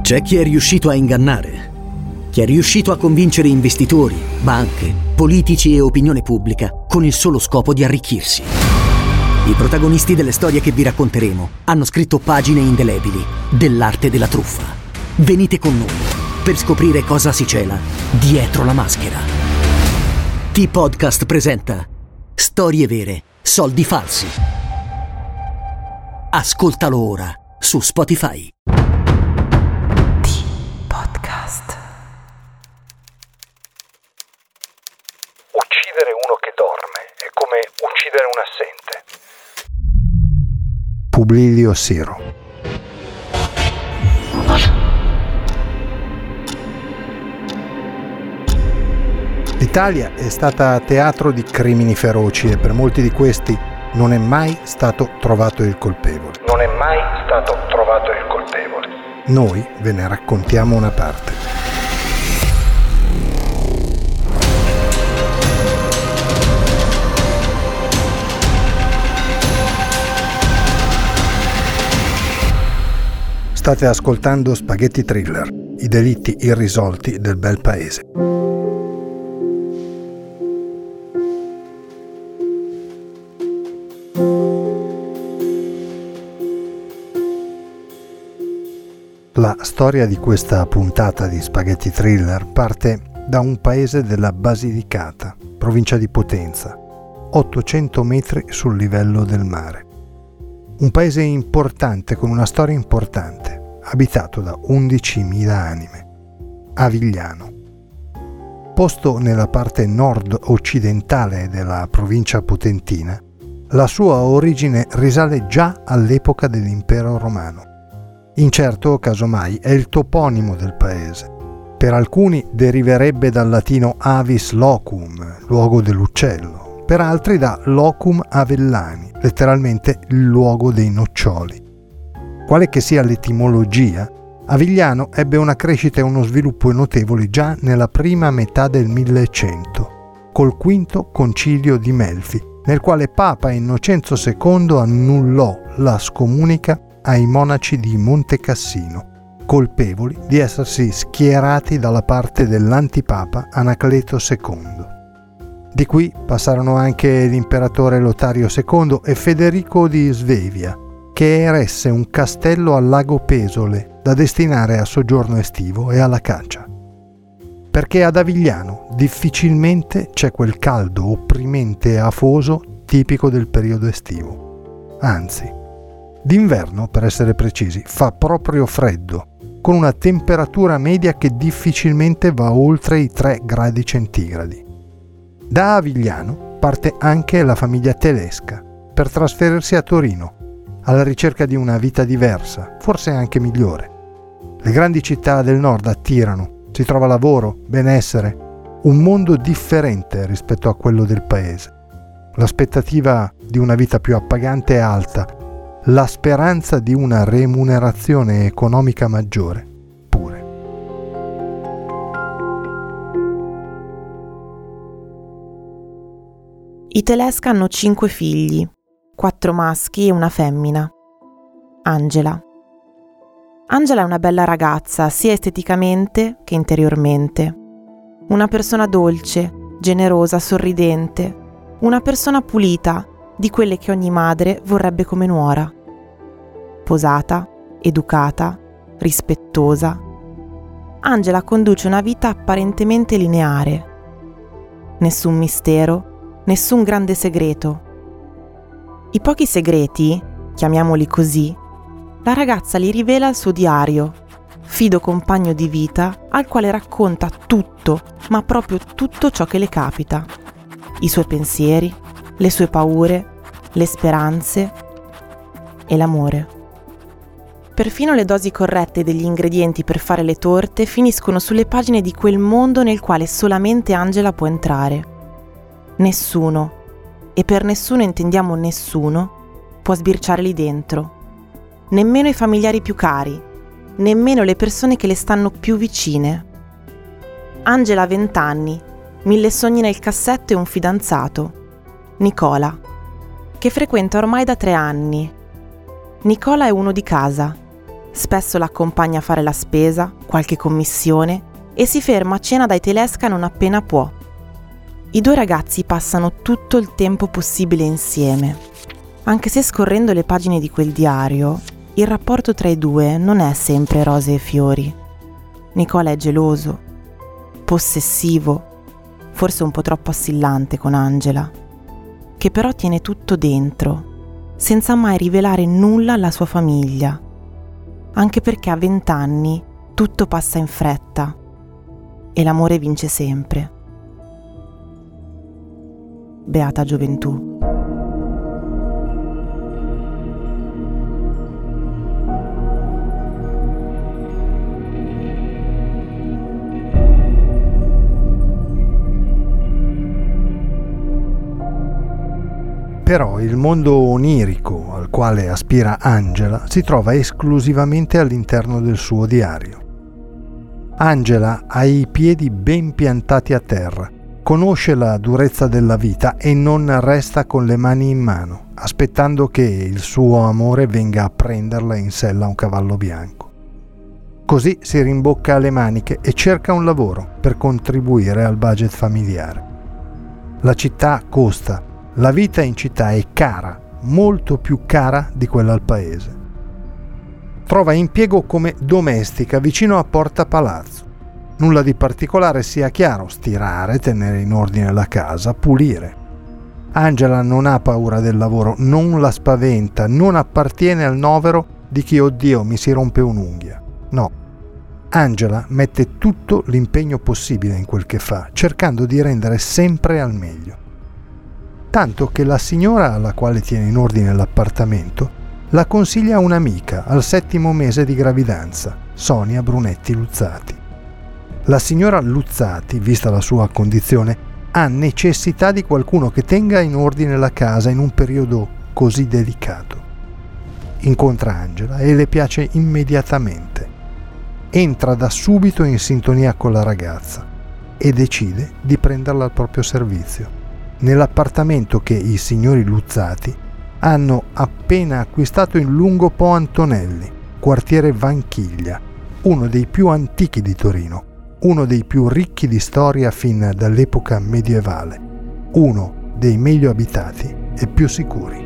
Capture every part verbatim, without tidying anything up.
C'è chi è riuscito a ingannare, chi è riuscito a convincere investitori, banche, politici e opinione pubblica con il solo scopo di arricchirsi. I protagonisti delle storie che vi racconteremo hanno scritto pagine indelebili dell'arte della truffa. Venite con noi per scoprire cosa si cela dietro la maschera. T-Podcast presenta Storie vere, soldi falsi. Ascoltalo ora su Spotify. T-Podcast. Uccidere uno che dorme è come uccidere un assente. Publilio Siro. L'Italia è stata teatro di crimini feroci e per molti di questi non è mai stato trovato il colpevole. Non è mai stato trovato il colpevole. Noi ve ne raccontiamo una parte. State ascoltando Spaghetti Thriller, i delitti irrisolti del bel paese. La storia di questa puntata di Spaghetti Thriller parte da un paese della Basilicata, provincia di Potenza, ottocento metri sul livello del mare. Un paese importante con una storia importante, abitato da undicimila anime. Avigliano. Posto nella parte nord-occidentale della provincia potentina, la sua origine risale già all'epoca dell'Impero Romano. Incerto, casomai, è il toponimo del paese. Per alcuni deriverebbe dal latino avis locum, luogo dell'uccello, per altri da locum avellani, letteralmente il luogo dei noccioli. Quale che sia l'etimologia, Avigliano ebbe una crescita e uno sviluppo notevoli già nella prima metà del millecento, col quinto concilio di Melfi, nel quale Papa Innocenzo secondo annullò la scomunica ai monaci di Monte Cassino, colpevoli di essersi schierati dalla parte dell'antipapa Anacleto secondo. Di qui passarono anche l'imperatore Lotario secondo e Federico di Svevia, che eresse un castello al lago Pesole da destinare a soggiorno estivo e alla caccia. Perché ad Avigliano difficilmente c'è quel caldo opprimente e afoso tipico del periodo estivo. Anzi, d'inverno, per essere precisi, fa proprio freddo, con una temperatura media che difficilmente va oltre i tre gradi centigradi. Da Avigliano parte anche la famiglia Telesca per trasferirsi a Torino, alla ricerca di una vita diversa, forse anche migliore. Le grandi città del nord attirano, si trova lavoro, benessere, un mondo differente rispetto a quello del paese. L'aspettativa di una vita più appagante è alta, la speranza di una remunerazione economica maggiore pure. I Telesca hanno cinque figli, quattro maschi e una femmina. Angela. Angela è una bella ragazza, sia esteticamente che interiormente. Una persona dolce, generosa, sorridente. Una persona pulita, di quelle che ogni madre vorrebbe come nuora. Posata, educata, rispettosa. Angela conduce una vita apparentemente lineare. Nessun mistero, nessun grande segreto. I pochi segreti, chiamiamoli così, la ragazza li rivela al suo diario, fido compagno di vita al quale racconta tutto, ma proprio tutto ciò che le capita. I suoi pensieri, le sue paure, le speranze e l'amore. Perfino le dosi corrette degli ingredienti per fare le torte finiscono sulle pagine di quel mondo nel quale solamente Angela può entrare. Nessuno, e per nessuno intendiamo nessuno, può sbirciare lì dentro. Nemmeno i familiari più cari, nemmeno le persone che le stanno più vicine. Angela ha vent'anni, mille sogni nel cassetto e un fidanzato, Nicola, che frequenta ormai da tre anni. Nicola è uno di casa, Spesso l'accompagna a fare la spesa, qualche commissione e si ferma a cena dai Telesca non appena può. I due ragazzi passano tutto il tempo possibile insieme, anche se scorrendo le pagine di quel diario, il rapporto tra i due non è sempre rose e fiori. Nicola è geloso, possessivo, forse un po' troppo assillante con Angela, che però tiene tutto dentro, senza mai rivelare nulla alla sua famiglia, anche perché a vent'anni tutto passa in fretta e l'amore vince sempre. Beata gioventù. Però il mondo onirico al quale aspira Angela si trova esclusivamente all'interno del suo diario. Angela ha i piedi ben piantati a terra, conosce la durezza della vita e non resta con le mani in mano, aspettando che il suo amore venga a prenderla in sella a un cavallo bianco. Così si rimbocca le maniche e cerca un lavoro per contribuire al budget familiare. La città costa. La vita in città è cara, molto più cara di quella al paese. Trova impiego come domestica vicino a Porta Palazzo. Nulla di particolare, sia chiaro: stirare, tenere in ordine la casa, pulire. Angela non ha paura del lavoro, non la spaventa, non appartiene al novero di chi oddio mi si rompe un'unghia. No. Angela mette tutto l'impegno possibile in quel che fa, cercando di rendere sempre al meglio. Tanto che la signora alla quale tiene in ordine l'appartamento la consiglia a un'amica al settimo mese di gravidanza, Sonia Brunetti Luzzati. La signora Luzzati, vista la sua condizione, ha necessità di qualcuno che tenga in ordine la casa in un periodo così delicato. Incontra Angela e le piace immediatamente. Entra da subito in sintonia con la ragazza e decide di prenderla al proprio servizio, nell'appartamento che i signori Luzzati hanno appena acquistato in Lungo Po Antonelli, quartiere Vanchiglia, uno dei più antichi di Torino, uno dei più ricchi di storia fin dall'epoca medievale, uno dei meglio abitati e più sicuri.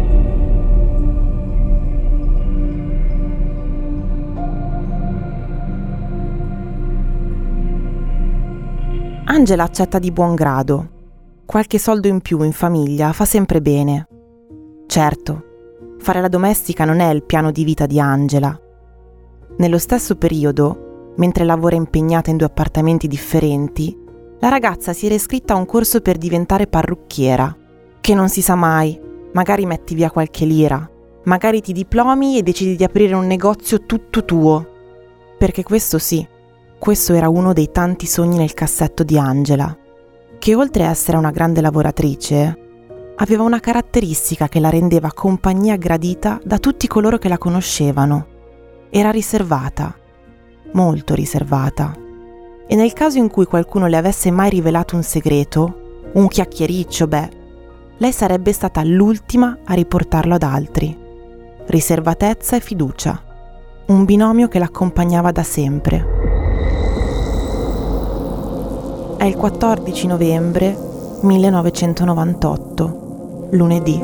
Angela accetta di buon grado. Qualche soldo in più in famiglia fa sempre bene. Certo, fare la domestica non è il piano di vita di Angela. Nello stesso periodo, mentre lavora impegnata in due appartamenti differenti, la ragazza si era iscritta a un corso per diventare parrucchiera. Che non si sa mai, magari metti via qualche lira, magari ti diplomi e decidi di aprire un negozio tutto tuo. Perché questo sì, questo era uno dei tanti sogni nel cassetto di Angela, che oltre a essere una grande lavoratrice, aveva una caratteristica che la rendeva compagnia gradita da tutti coloro che la conoscevano. Era riservata, molto riservata. E nel caso in cui qualcuno le avesse mai rivelato un segreto, un chiacchiericcio, beh, lei sarebbe stata l'ultima a riportarlo ad altri. Riservatezza e fiducia, un binomio che l'accompagnava da sempre. È il quattordici novembre millenovecentonovantotto, lunedì.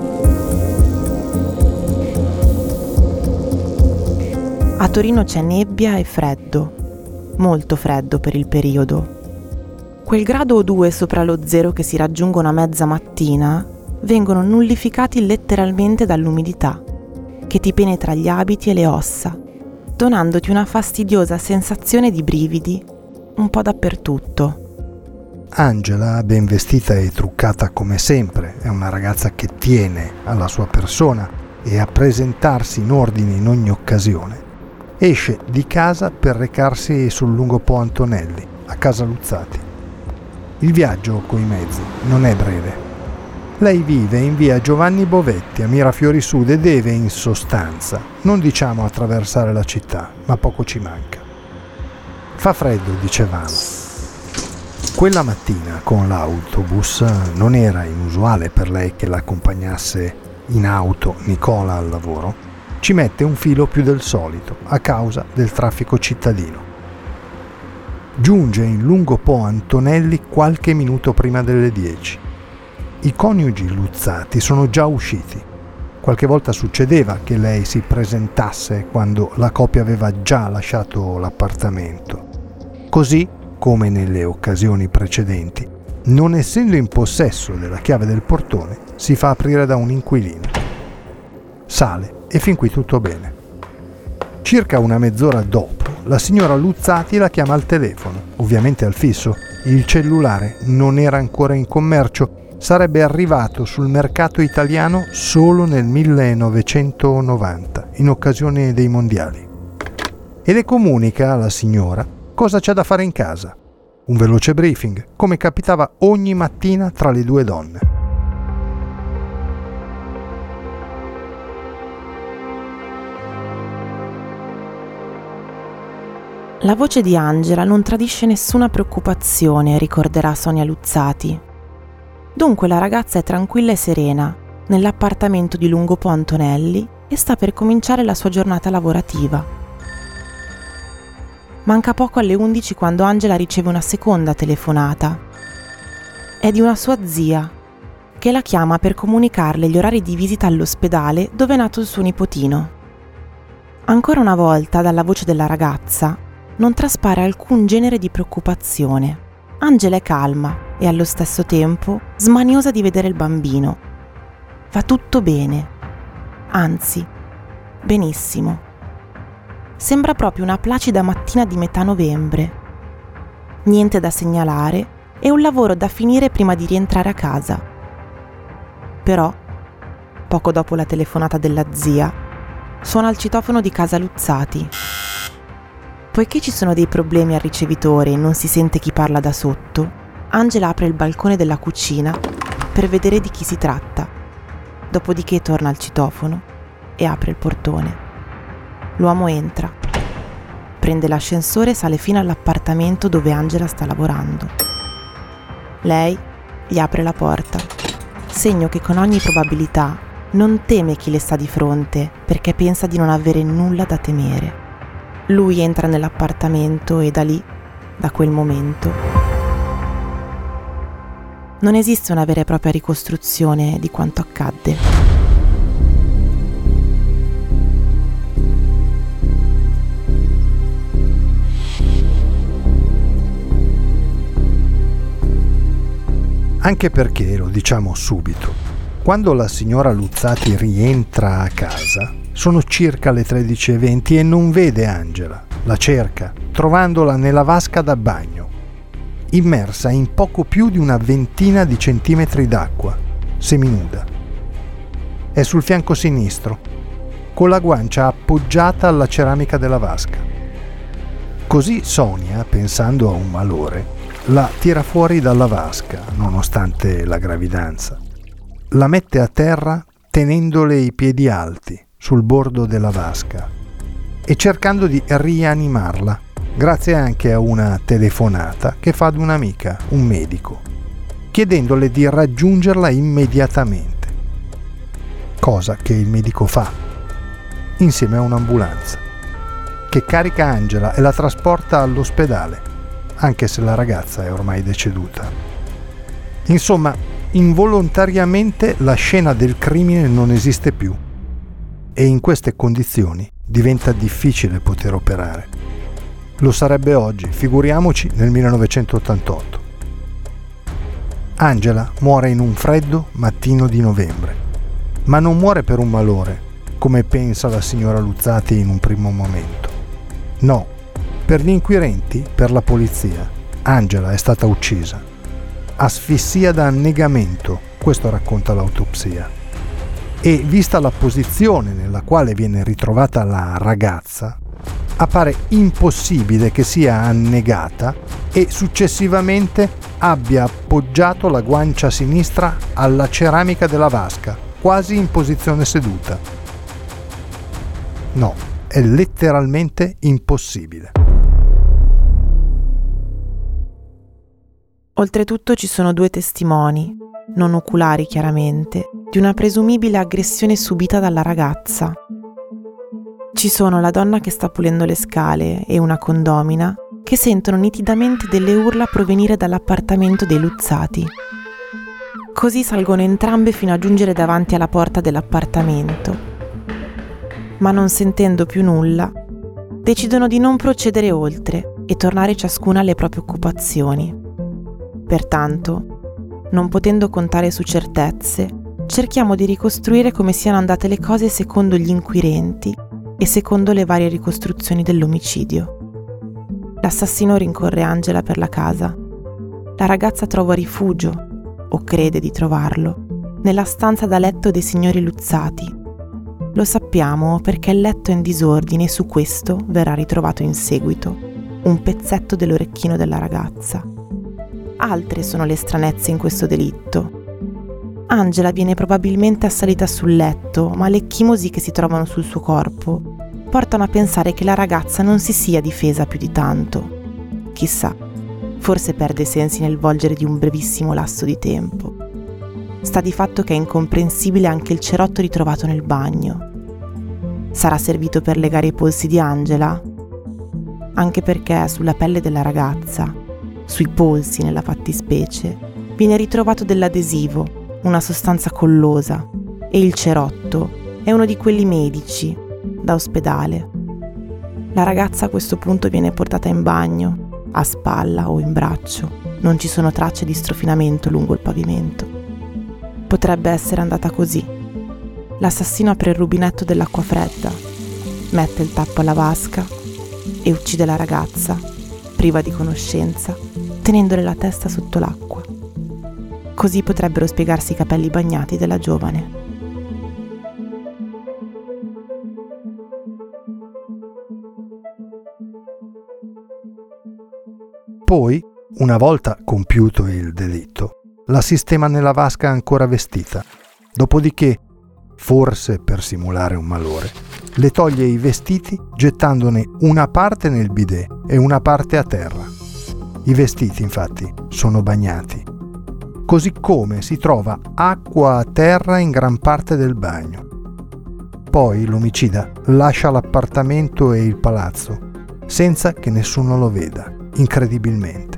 A Torino c'è nebbia e freddo, molto freddo per il periodo. Quel grado o due sopra lo zero che si raggiungono a mezza mattina vengono nullificati letteralmente dall'umidità, che ti penetra gli abiti e le ossa, donandoti una fastidiosa sensazione di brividi un po' dappertutto. Angela, ben vestita e truccata come sempre, è una ragazza che tiene alla sua persona e a presentarsi in ordine in ogni occasione. Esce di casa per recarsi sul Lungo Po Antonelli, a casa Luzzati. Il viaggio coi mezzi non è breve. Lei vive in via Giovanni Bovetti a Mirafiori Sud e deve, in sostanza, non diciamo attraversare la città, ma poco ci manca. Fa freddo, dicevamo. Quella mattina con l'autobus non era inusuale per lei che l'accompagnasse in auto Nicola al lavoro, ci mette un filo più del solito a causa del traffico cittadino. Giunge in Lungo Po Antonelli qualche minuto prima delle dieci. I coniugi Luzzati sono già usciti. Qualche volta succedeva che lei si presentasse quando la coppia aveva già lasciato l'appartamento. Così, come nelle occasioni precedenti, non essendo in possesso della chiave del portone, si fa aprire da un inquilino. Sale e fin qui tutto bene. Circa una mezz'ora dopo, la signora Luzzati la chiama al telefono, ovviamente al fisso. Il cellulare non era ancora in commercio, sarebbe arrivato sul mercato italiano solo nel millenovecentonovanta, in occasione dei mondiali. E le comunica alla signora cosa c'è da fare in casa. Un veloce briefing, come capitava ogni mattina tra le due donne. La voce di Angela non tradisce nessuna preoccupazione, ricorderà Sonia Luzzati. Dunque la ragazza è tranquilla e serena nell'appartamento di Lungo Po Antonelli e sta per cominciare la sua giornata lavorativa. Manca poco alle undici quando Angela riceve una seconda telefonata. È di una sua zia, che la chiama per comunicarle gli orari di visita all'ospedale dove è nato il suo nipotino. Ancora una volta, dalla voce della ragazza, non traspare alcun genere di preoccupazione. Angela è calma e allo stesso tempo smaniosa di vedere il bambino. Va tutto bene, anzi, benissimo. Sembra proprio una placida mattina di metà novembre. Niente da segnalare e un lavoro da finire prima di rientrare a casa. Però, poco dopo la telefonata della zia, suona il citofono di casa Luzzati. Poiché ci sono dei problemi al ricevitore e non si sente chi parla da sotto, Angela apre il balcone della cucina per vedere di chi si tratta. Dopodiché torna al citofono e apre il portone. L'uomo entra, prende l'ascensore e sale fino all'appartamento dove Angela sta lavorando. Lei gli apre la porta, segno che con ogni probabilità non teme chi le sta di fronte perché pensa di non avere nulla da temere. Lui entra nell'appartamento e da lì, da quel momento, non esiste una vera e propria ricostruzione di quanto accadde. Anche perché, lo diciamo subito, quando la signora Luzzati rientra a casa, sono circa le tredici e venti e non vede Angela. La cerca, trovandola nella vasca da bagno, immersa in poco più di una ventina di centimetri d'acqua, seminuda. È sul fianco sinistro, con la guancia appoggiata alla ceramica della vasca. Così Sonia, pensando a un malore, la tira fuori dalla vasca, nonostante la gravidanza. La mette a terra tenendole i piedi alti sul bordo della vasca e cercando di rianimarla, grazie anche a una telefonata che fa ad un'amica, un medico, chiedendole di raggiungerla immediatamente, cosa che il medico fa, insieme a un'ambulanza, che carica Angela e la trasporta all'ospedale, anche se la ragazza è ormai deceduta. Insomma, involontariamente la scena del crimine non esiste più. E in queste condizioni diventa difficile poter operare. Lo sarebbe oggi, figuriamoci nel millenovecentottantotto. Angela muore in un freddo mattino di novembre, ma non muore per un malore, come pensa la signora Luzzati in un primo momento. No, per gli inquirenti, per la polizia, Angela è stata uccisa. Asfissia da annegamento, questo racconta l'autopsia. E vista la posizione nella quale viene ritrovata la ragazza, appare impossibile che sia annegata e successivamente abbia appoggiato la guancia sinistra alla ceramica della vasca, quasi in posizione seduta. No, è letteralmente impossibile. Oltretutto ci sono due testimoni, non oculari chiaramente, di una presumibile aggressione subita dalla ragazza. Ci sono la donna che sta pulendo le scale e una condomina che sentono nitidamente delle urla provenire dall'appartamento dei Luzzati. Così salgono entrambe fino a giungere davanti alla porta dell'appartamento. Ma non sentendo più nulla, decidono di non procedere oltre e tornare ciascuna alle proprie occupazioni. Pertanto, non potendo contare su certezze, cerchiamo di ricostruire come siano andate le cose secondo gli inquirenti e secondo le varie ricostruzioni dell'omicidio. L'assassino rincorre Angela per la casa. La ragazza trova rifugio, o crede di trovarlo, nella stanza da letto dei signori Luzzati. Lo sappiamo perché il letto è in disordine e su questo verrà ritrovato in seguito un pezzetto dell'orecchino della ragazza. Altre sono le stranezze in questo delitto. Angela viene probabilmente assalita sul letto, ma le chimosi che si trovano sul suo corpo portano a pensare che la ragazza non si sia difesa più di tanto. Chissà, forse perde i sensi nel volgere di un brevissimo lasso di tempo. Sta di fatto che è incomprensibile anche il cerotto ritrovato nel bagno. Sarà servito per legare i polsi di Angela? Anche perché sulla pelle della ragazza, sui polsi nella fattispecie, viene ritrovato dell'adesivo, una sostanza collosa, e il cerotto è uno di quelli medici, da ospedale. La ragazza a questo punto viene portata in bagno, a spalla o in braccio. Non ci sono tracce di strofinamento lungo il pavimento. Potrebbe essere andata così. L'assassino apre il rubinetto dell'acqua fredda, mette il tappo alla vasca e uccide la ragazza, priva di conoscenza, tenendole la testa sotto l'acqua. Così potrebbero spiegarsi i capelli bagnati della giovane. Poi, una volta compiuto il delitto, la sistema nella vasca ancora vestita. Dopodiché, forse per simulare un malore, le toglie i vestiti gettandone una parte nel bidet e una parte a terra. I vestiti, infatti, sono bagnati. Così come si trova acqua a terra in gran parte del bagno. Poi l'omicida lascia l'appartamento e il palazzo, senza che nessuno lo veda. Incredibilmente.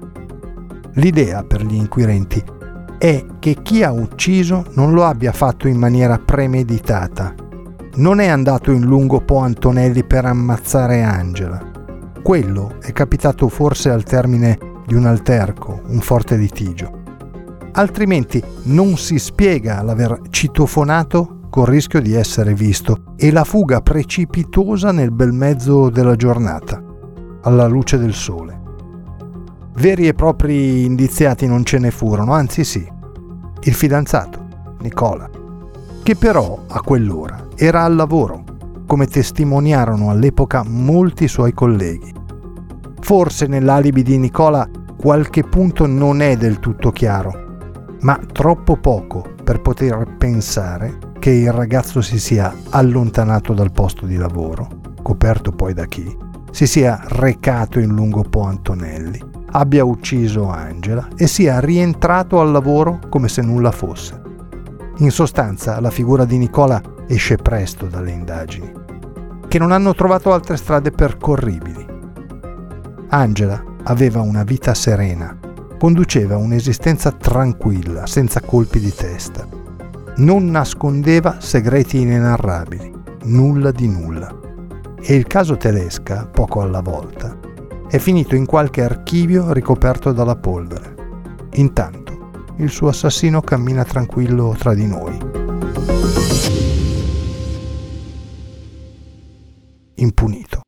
L'idea per gli inquirenti è che chi ha ucciso non lo abbia fatto in maniera premeditata. Non è andato in lungo Po Antonelli per ammazzare Angela. Quello è capitato forse al termine di un alterco, un forte litigio. Altrimenti non si spiega l'aver citofonato col rischio di essere visto e la fuga precipitosa nel bel mezzo della giornata, alla luce del sole. Veri e propri indiziati non ce ne furono, anzi sì, il fidanzato, Nicola, che però a quell'ora era al lavoro, come testimoniarono all'epoca molti suoi colleghi. Forse nell'alibi di Nicola qualche punto non è del tutto chiaro, ma troppo poco per poter pensare che il ragazzo si sia allontanato dal posto di lavoro, coperto poi da chi, si sia recato in lungo Po Antonelli, abbia ucciso Angela e sia rientrato al lavoro come se nulla fosse. In sostanza, la figura di Nicola esce presto dalle indagini, che non hanno trovato altre strade percorribili. Angela aveva una vita serena, conduceva un'esistenza tranquilla, senza colpi di testa. Non nascondeva segreti inenarrabili, nulla di nulla. E il caso Telesca, poco alla volta, è finito in qualche archivio ricoperto dalla polvere. Intanto, il suo assassino cammina tranquillo tra di noi. Impunito.